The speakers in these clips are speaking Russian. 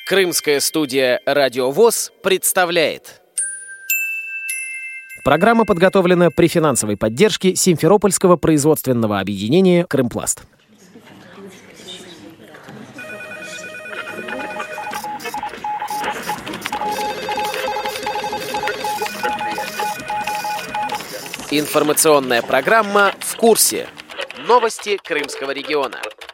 Крымская студия «Радио ВОС» представляет. Программа подготовлена при финансовой поддержке Симферопольского производственного объединения «Крымпласт». Информационная программа «В курсе». Новости Крымского региона.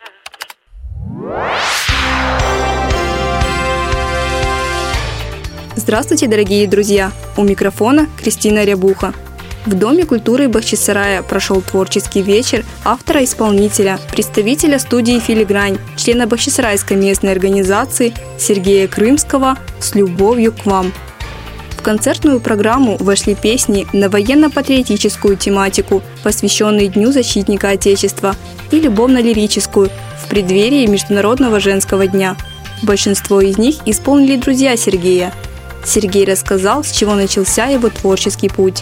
Здравствуйте, дорогие друзья! У микрофона Кристина Рябуха. В Доме культуры Бахчисарая прошел творческий вечер автора-исполнителя, представителя студии «Филигрань», члена Бахчисарайской местной организации Сергея Крымского «С любовью к вам». В концертную программу вошли песни на военно-патриотическую тематику, посвященные Дню защитника Отечества, и любовно-лирическую в преддверии Международного женского дня. Большинство из них исполнили друзья Сергея. Сергей рассказал, с чего начался его творческий путь.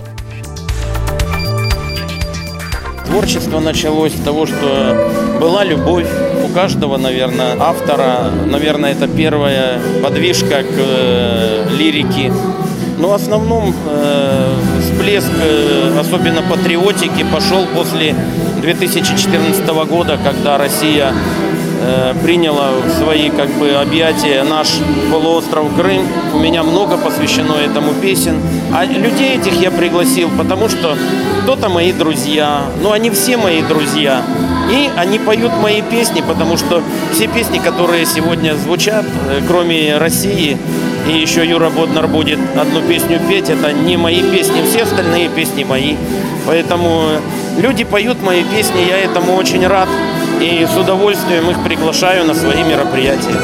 Творчество началось с того, что была любовь у каждого, наверное, автора. Наверное, это первая подвижка к лирике. Но в основном всплеск, особенно патриотики, пошел после 2014 года, когда Россия приняла в свои объятия наш полуостров Крым. У меня много посвящено этому песен. А людей этих я пригласил, потому что кто-то мои друзья, они все мои друзья. И они поют мои песни, потому что все песни, которые сегодня звучат, кроме России, и еще Юра Боднар будет одну песню петь, это не мои песни, все остальные песни мои. Поэтому люди поют мои песни, я этому очень рад. И с удовольствием их приглашаю на свои мероприятия.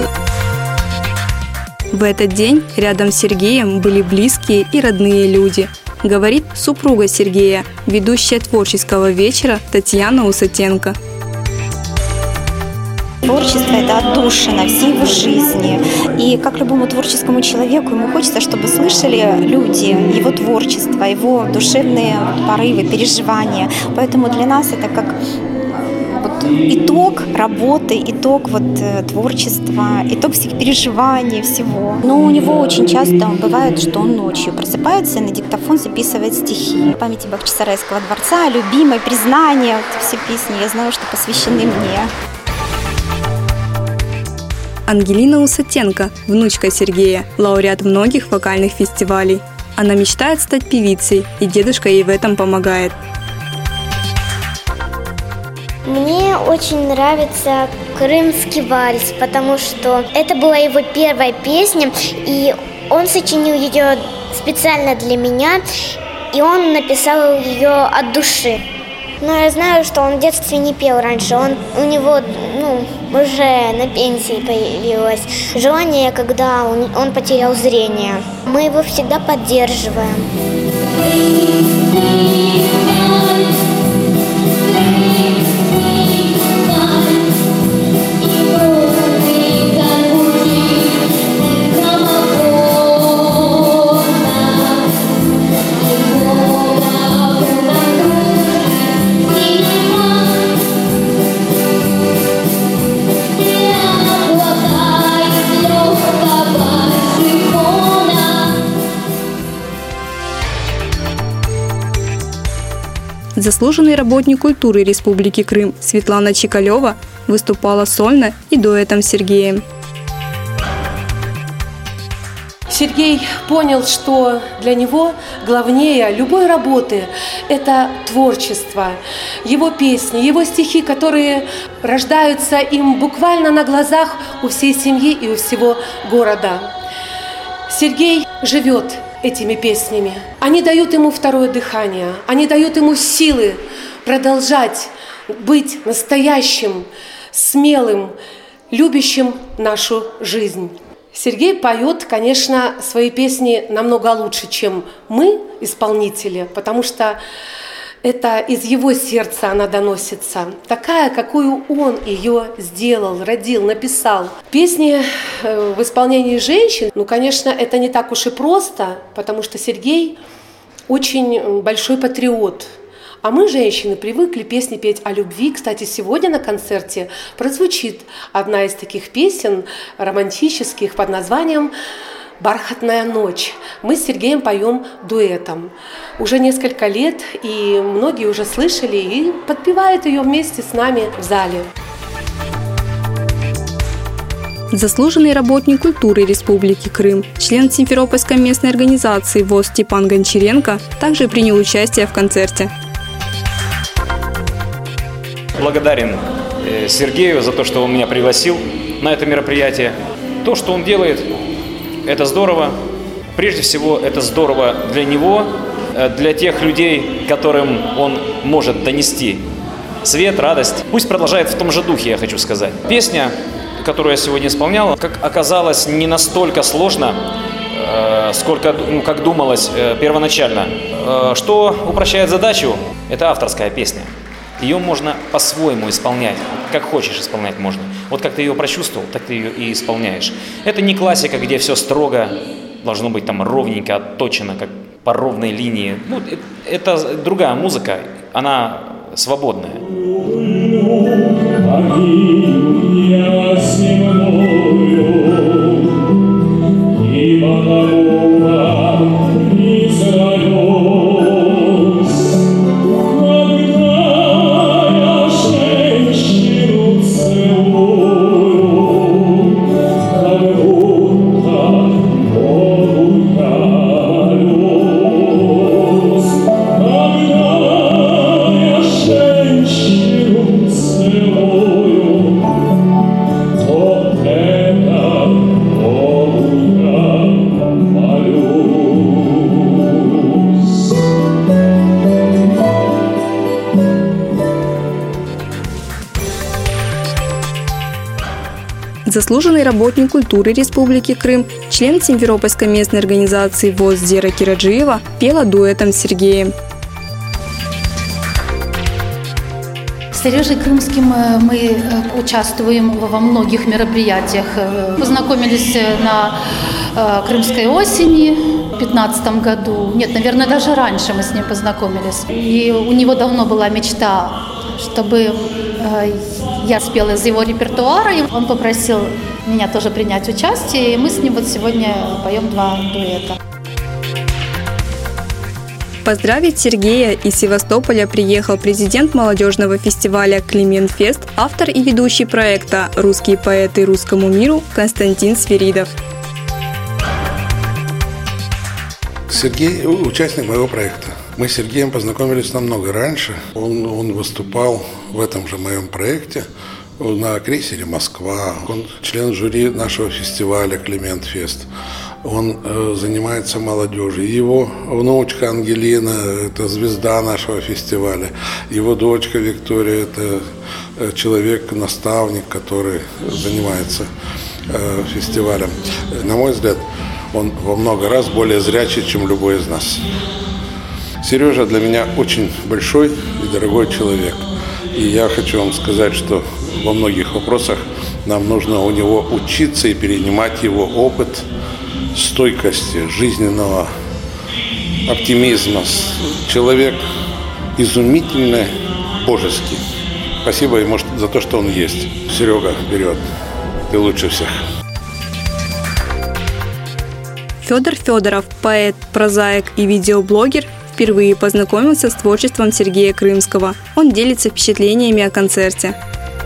В этот день рядом с Сергеем были близкие и родные люди, говорит супруга Сергея, ведущая творческого вечера Татьяна Усатенко. Творчество – это отдушина всей его жизни. И как любому творческому человеку, ему хочется, чтобы слышали люди его творчество, его душевные порывы, переживания. Поэтому для нас это как итог работы, итог творчества, итог всех переживаний, всего. Но у него очень часто бывает, что он ночью просыпается и на диктофон записывает стихи. В памяти Бахчисарайского дворца, любимой, признание, все песни, я знаю, что посвящены мне. Ангелина Усатенко, внучка Сергея, лауреат многих вокальных фестивалей. Она мечтает стать певицей, и дедушка ей в этом помогает. Мне очень нравится «Крымский вальс», потому что это была его первая песня, и он сочинил ее специально для меня, и он написал ее от души. Но я знаю, что он в детстве не пел раньше, у него уже на пенсии появилось желание, когда он потерял зрение. Мы его всегда поддерживаем. Заслуженный работник культуры Республики Крым Светлана Чикалева выступала сольно и дуэтом с Сергеем. Сергей понял, что для него главнее любой работы – это творчество, его песни, его стихи, которые рождаются им буквально на глазах у всей семьи и у всего города. Сергей живет этими песнями. Они дают ему второе дыхание, они дают ему силы продолжать быть настоящим, смелым, любящим нашу жизнь. Сергей поет, конечно, свои песни намного лучше, чем мы, исполнители, потому что это из его сердца она доносится, такая, какую он ее сделал, родил, написал. Песни в исполнении женщин, конечно, это не так уж и просто, потому что Сергей очень большой патриот. А мы, женщины, привыкли песни петь о любви. Кстати, сегодня на концерте прозвучит одна из таких песен романтических под названием «Бархатная ночь». Мы с Сергеем поем дуэтом. Уже несколько лет, и многие уже слышали и подпевают ее вместе с нами в зале. Заслуженный работник культуры Республики Крым, член Симферопольской местной организации ВОС Степан Гончаренко также принял участие в концерте. Благодарен Сергею за то, что он меня пригласил на это мероприятие. То, что он делает, это здорово. Прежде всего, это здорово для него, для тех людей, которым он может донести свет, радость. Пусть продолжает в том же духе, я хочу сказать. Песня, которую я сегодня исполнял, как оказалось, не настолько сложно, сколько, как думалось первоначально. Что упрощает задачу, это авторская песня. Ее можно по-своему исполнять, как хочешь исполнять можно. Вот как ты ее прочувствовал, так ты ее и исполняешь. Это не классика, где все строго, должно быть там ровненько, отточено, как по ровной линии. Ну, это другая музыка, она свободная. Заслуженный работник культуры Республики Крым, член Симферопольской местной организации ВОС Зера Кираджиева пела дуэтом с Сергеем. С Сережей Крымским мы участвуем во многих мероприятиях. Познакомились на Крымской осени в 2015 году. Нет, наверное, даже раньше мы с ним познакомились. И у него давно была мечта, чтобы я спела из его репертуара. И он попросил меня тоже принять участие. И мы с ним вот сегодня поем 2 дуэта. Поздравить Сергея из Севастополя приехал президент молодежного фестиваля «Климент Фест», автор и ведущий проекта «Русские поэты русскому миру» Константин Сверидов. Сергей – участник моего проекта. Мы с Сергеем познакомились намного раньше. Он выступал в этом же моем проекте на крейсере «Москва». Он член жюри нашего фестиваля «Климент Фест». Он занимается молодежью. Его внучка Ангелина – это звезда нашего фестиваля. Его дочка Виктория – это человек-наставник, который занимается фестивалем. На мой взгляд, он во много раз более зрячий, чем любой из нас. Сережа для меня очень большой и дорогой человек. И я хочу вам сказать, что во многих вопросах нам нужно у него учиться и перенимать его опыт, стойкости, жизненного оптимизма. Человек изумительно божеский. Спасибо ему за то, что он есть. Серега, вперед. Ты лучше всех. Федор Федоров, поэт, прозаик и видеоблогер, впервые познакомился с творчеством Сергея Крымского. Он делится впечатлениями о концерте.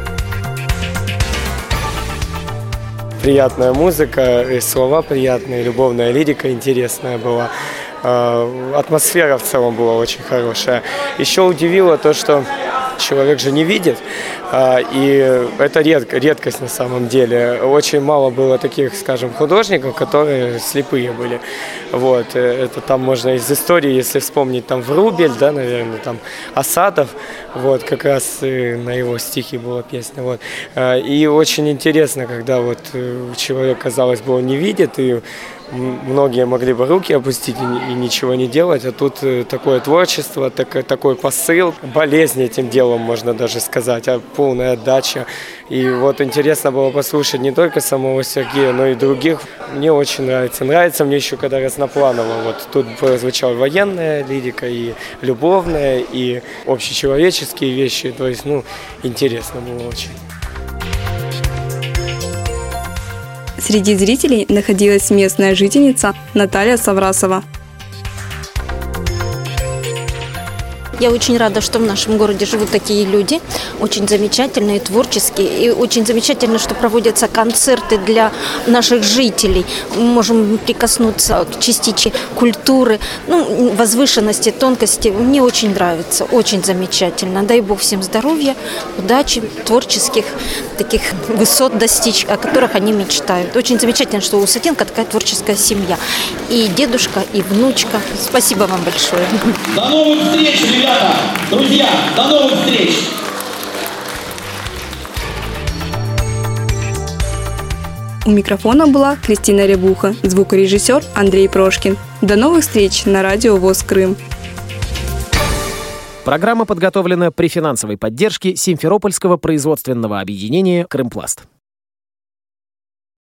Приятная музыка, и слова приятные, любовная лирика интересная была. Атмосфера в целом была очень хорошая. Еще удивило то, что человек же не видит, и это редкость на самом деле. Очень мало было таких, скажем, художников, которые слепые были. Вот. Это там можно из истории, если вспомнить, там Врубель, да, наверное, там Асадов, вот, как раз на его стихи была песня. Вот. И очень интересно, когда вот человек, казалось бы, он не видит, и многие могли бы руки опустить и ничего не делать, а тут такое творчество, такой посыл, болезнь этим делом, можно даже сказать. А полная отдача. И вот интересно было послушать не только самого Сергея, но и других. Мне очень нравится. Нравится мне еще, когда разнопланово. Вот тут прозвучала военная лирика, и любовная, и общечеловеческие вещи. То есть, интересно было очень. Среди зрителей находилась местная жительница Наталья Саврасова. Я очень рада, что в нашем городе живут такие люди, очень замечательные, творческие. И очень замечательно, что проводятся концерты для наших жителей. Мы можем прикоснуться к частичке культуры, возвышенности, тонкости. Мне очень нравится, очень замечательно. Дай Бог всем здоровья, удачи, творческих таких высот достичь, о которых они мечтают. Очень замечательно, что у Усатенко такая творческая семья. И дедушка, и внучка. Спасибо вам большое. До новых встреч, ребята! Друзья, до новых встреч! У микрофона была Кристина Рябуха, звукорежиссер Андрей Прошкин. До новых встреч на радио ВОС Крым. Программа подготовлена при финансовой поддержке Симферопольского производственного объединения «Крымпласт».